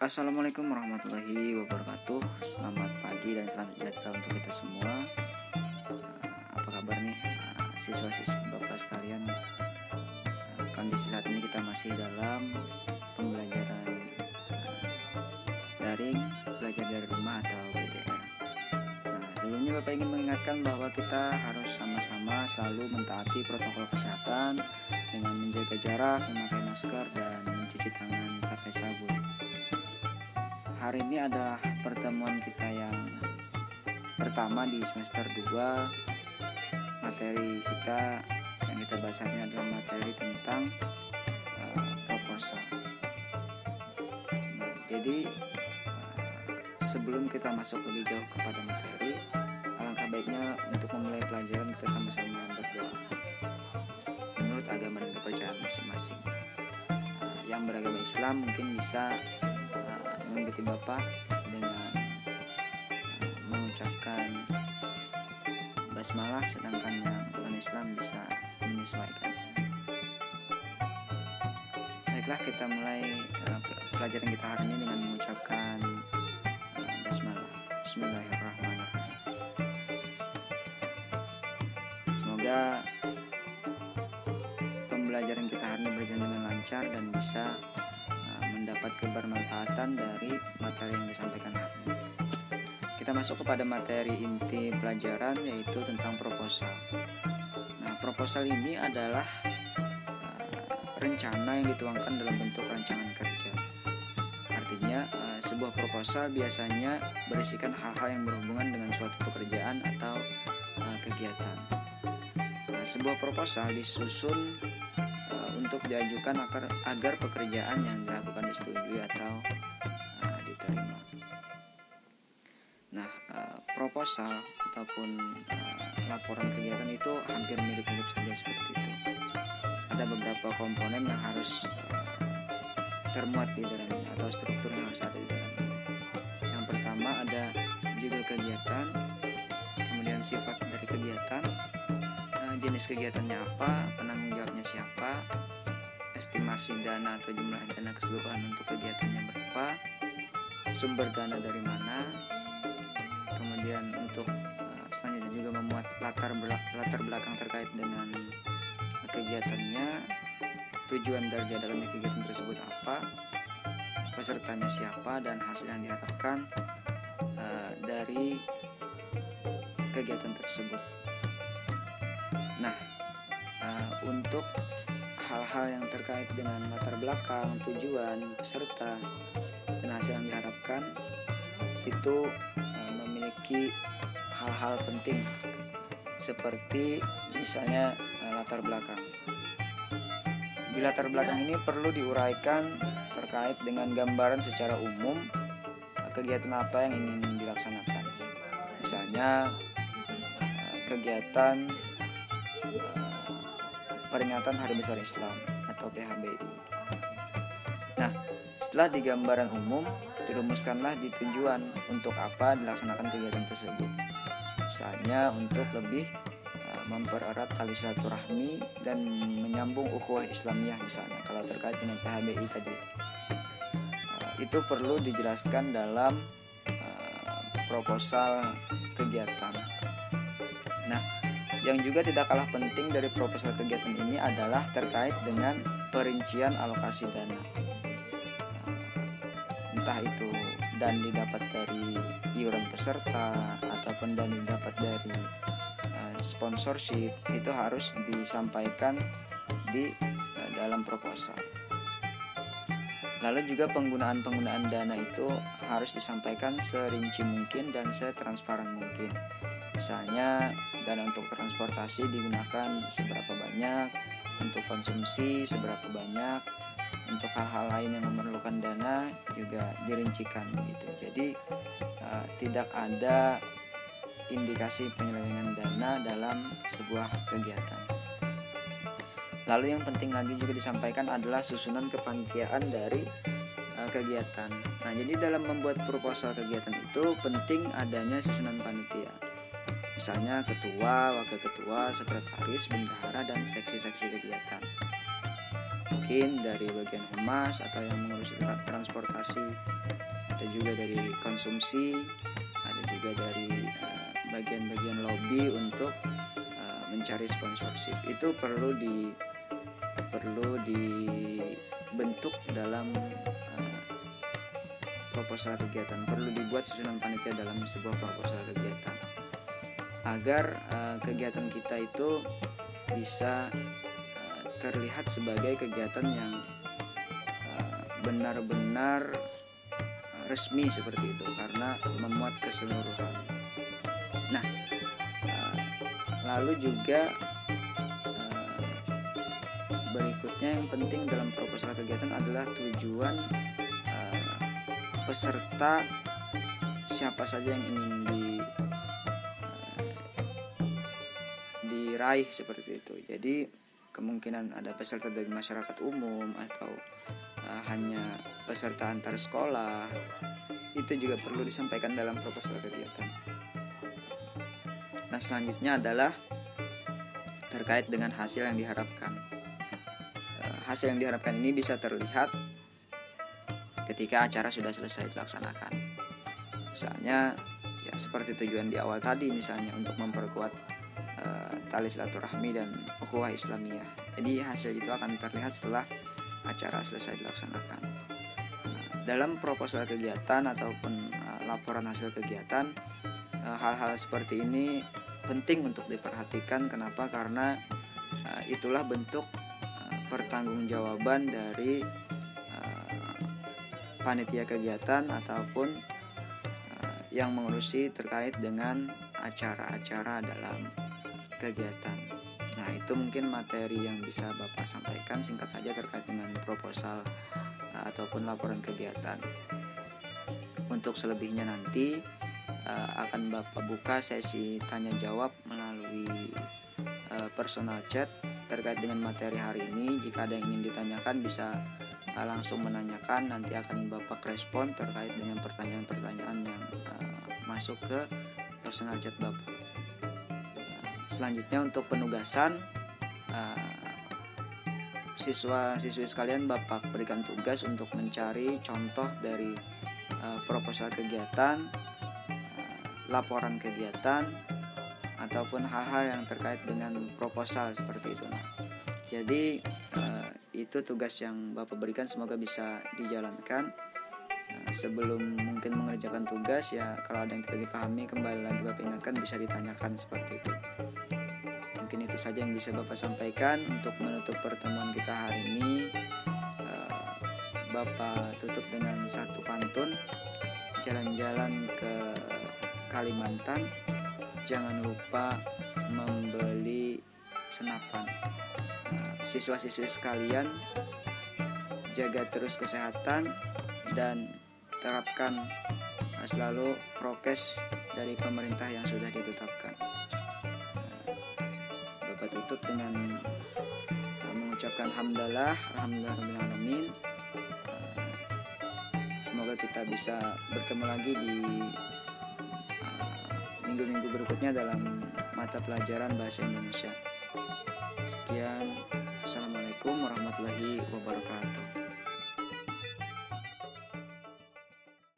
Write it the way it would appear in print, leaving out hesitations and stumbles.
Assalamualaikum warahmatullahi wabarakatuh. Selamat pagi dan selamat sejahtera untuk kita semua. Apa kabar nih siswa-siswa Bapak sekalian? Kondisi saat ini kita masih dalam pembelajaran daring, belajar dari rumah atau BDR. Sebelumnya Bapak ingin mengingatkan bahwa kita harus sama-sama selalu mentaati protokol kesehatan dengan menjaga jarak, memakai masker, dan mencuci tangan pakai sabun. Hari ini adalah pertemuan kita yang pertama di semester 2. Materi kita yang kita bahas hari ini adalah materi tentang proposal. Jadi sebelum kita masuk lebih jauh kepada materi, alangkah baiknya untuk memulai pelajaran kita sama-sama berdoa menurut agama dan kepercayaan masing-masing. Yang beragama Islam mungkin bisa mengikuti Bapak dengan mengucapkan basmalah, sedangkan yang non-Islam bisa menyesuaikan. Baiklah, kita mulai pelajaran kita hari ini dengan mengucapkan basmalah. Bismillahirrahmanirrahim. Semoga pembelajaran kita hari ini berjalan dengan lancar dan bisa mendapat kebermanfaatan dari materi yang disampaikan hari ini. Kita masuk kepada materi inti pelajaran, yaitu tentang proposal. Proposal ini adalah rencana yang dituangkan dalam bentuk rancangan kerja. Artinya sebuah proposal biasanya berisikan hal-hal yang berhubungan dengan suatu pekerjaan atau kegiatan. Sebuah proposal disusun untuk diajukan agar pekerjaan yang dilakukan disetujui atau diterima. Proposal ataupun laporan kegiatan itu hampir mirip-mirip saja seperti itu. Ada beberapa komponen yang harus termuat di dalamnya atau struktur yang harus ada di dalamnya. Yang pertama ada judul kegiatan, kemudian sifat dari kegiatan, jenis kegiatannya apa, penanggung jawabnya siapa, estimasi dana atau jumlah dana keseluruhan untuk kegiatannya berapa, sumber dana dari mana, kemudian untuk selanjutnya juga memuat latar belakang terkait dengan kegiatannya, tujuan dari diadakannya kegiatan tersebut apa, pesertanya siapa, dan hasil yang diharapkan dari kegiatan tersebut. Untuk hal-hal yang terkait dengan latar belakang, tujuan, peserta, dan hasil yang diharapkan itu memiliki hal-hal penting seperti misalnya latar belakang. Di latar belakang ini perlu diuraikan terkait dengan gambaran secara umum kegiatan apa yang ingin dilaksanakan. Misalnya kegiatan peringatan Hari Besar Islam atau PHBI. Setelah di gambaran umum, dirumuskanlah di tujuan untuk apa dilaksanakan kegiatan tersebut. Misalnya untuk lebih mempererat tali silaturahmi dan menyambung ukhuwah Islamiyah misalnya kalau terkait dengan PHBI tadi. Itu perlu dijelaskan dalam proposal kegiatan. Yang juga tidak kalah penting dari proposal kegiatan ini adalah terkait dengan perincian alokasi dana. Entah itu dan didapat dari iuran peserta ataupun dan didapat dari sponsorship, itu harus disampaikan di dalam proposal. Lalu juga penggunaan dana itu harus disampaikan serinci mungkin dan setransparan mungkin. Misalnya dana untuk transportasi digunakan seberapa banyak, untuk konsumsi seberapa banyak, untuk hal-hal lain yang memerlukan dana juga dirincikan begitu. Jadi tidak ada indikasi penyelewengan dana dalam sebuah kegiatan. Lalu yang penting lagi juga disampaikan adalah susunan kepanitiaan dari kegiatan. Jadi dalam membuat proposal kegiatan itu penting adanya susunan panitia. Misalnya ketua, wakil ketua, sekretaris, bendahara, dan seksi-seksi kegiatan. mungkin dari bagian humas atau yang mengurusi transportasi, ada juga dari konsumsi, ada juga dari bagian-bagian lobby untuk mencari sponsorship. Itu perlu dibentuk dalam proposal kegiatan, perlu dibuat susunan panitia dalam sebuah proposal kegiatan agar kegiatan kita itu bisa terlihat sebagai kegiatan yang benar-benar resmi seperti itu, karena memuat keseluruhan. Nah, lalu juga berikutnya yang penting dalam proposal kegiatan adalah tujuan peserta, siapa saja yang ingin diraih seperti itu. Jadi kemungkinan ada peserta dari masyarakat umum atau hanya peserta antar sekolah, itu juga perlu disampaikan dalam proposal kegiatan. Nah, selanjutnya adalah terkait dengan hasil yang diharapkan. Hasil yang diharapkan ini bisa terlihat ketika acara sudah selesai dilaksanakan. Misalnya ya seperti tujuan di awal tadi, misalnya untuk memperkuat tali silaturahmi dan ukhuwah Islamiyah. Jadi hasil itu akan terlihat setelah acara selesai dilaksanakan. Dalam proposal kegiatan ataupun laporan hasil kegiatan, hal-hal seperti ini penting untuk diperhatikan. Kenapa? Karena itulah bentuk pertanggungjawaban dari panitia kegiatan ataupun yang mengurusi terkait dengan acara-acara dalam kegiatan. Nah, itu mungkin materi yang bisa Bapak sampaikan singkat saja terkait dengan proposal ataupun laporan kegiatan. Untuk selebihnya nanti akan Bapak buka sesi tanya jawab melalui personal chat terkait dengan materi hari ini. Jika ada yang ingin ditanyakan bisa langsung menanyakan, nanti akan Bapak respon terkait dengan pertanyaan-pertanyaan yang masuk ke personal chat Bapak. Selanjutnya untuk penugasan, siswa-siswi sekalian Bapak berikan tugas untuk mencari contoh dari proposal kegiatan, laporan kegiatan, ataupun hal-hal yang terkait dengan proposal seperti itu. Nah, jadi itu tugas yang Bapak berikan, semoga bisa dijalankan. Sebelum mungkin mengerjakan tugas, ya kalau ada yang tidak dipahami kembali lagi Bapak ingatkan, bisa ditanyakan seperti itu. Mungkin itu saja yang bisa Bapak sampaikan. Untuk menutup pertemuan kita hari ini, Bapak tutup dengan satu pantun. Jalan-jalan ke Kalimantan, jangan lupa membeli senapan. Siswa-siswi sekalian, jaga terus kesehatan dan terapkan selalu prokes dari pemerintah yang sudah ditetapkan. Bapak tutup dengan mengucapkan alhamdulillah rabbil alamin. Semoga kita bisa bertemu lagi di minggu-minggu berikutnya dalam mata pelajaran bahasa Indonesia. Sekian, assalamualaikum warahmatullahi wabarakatuh.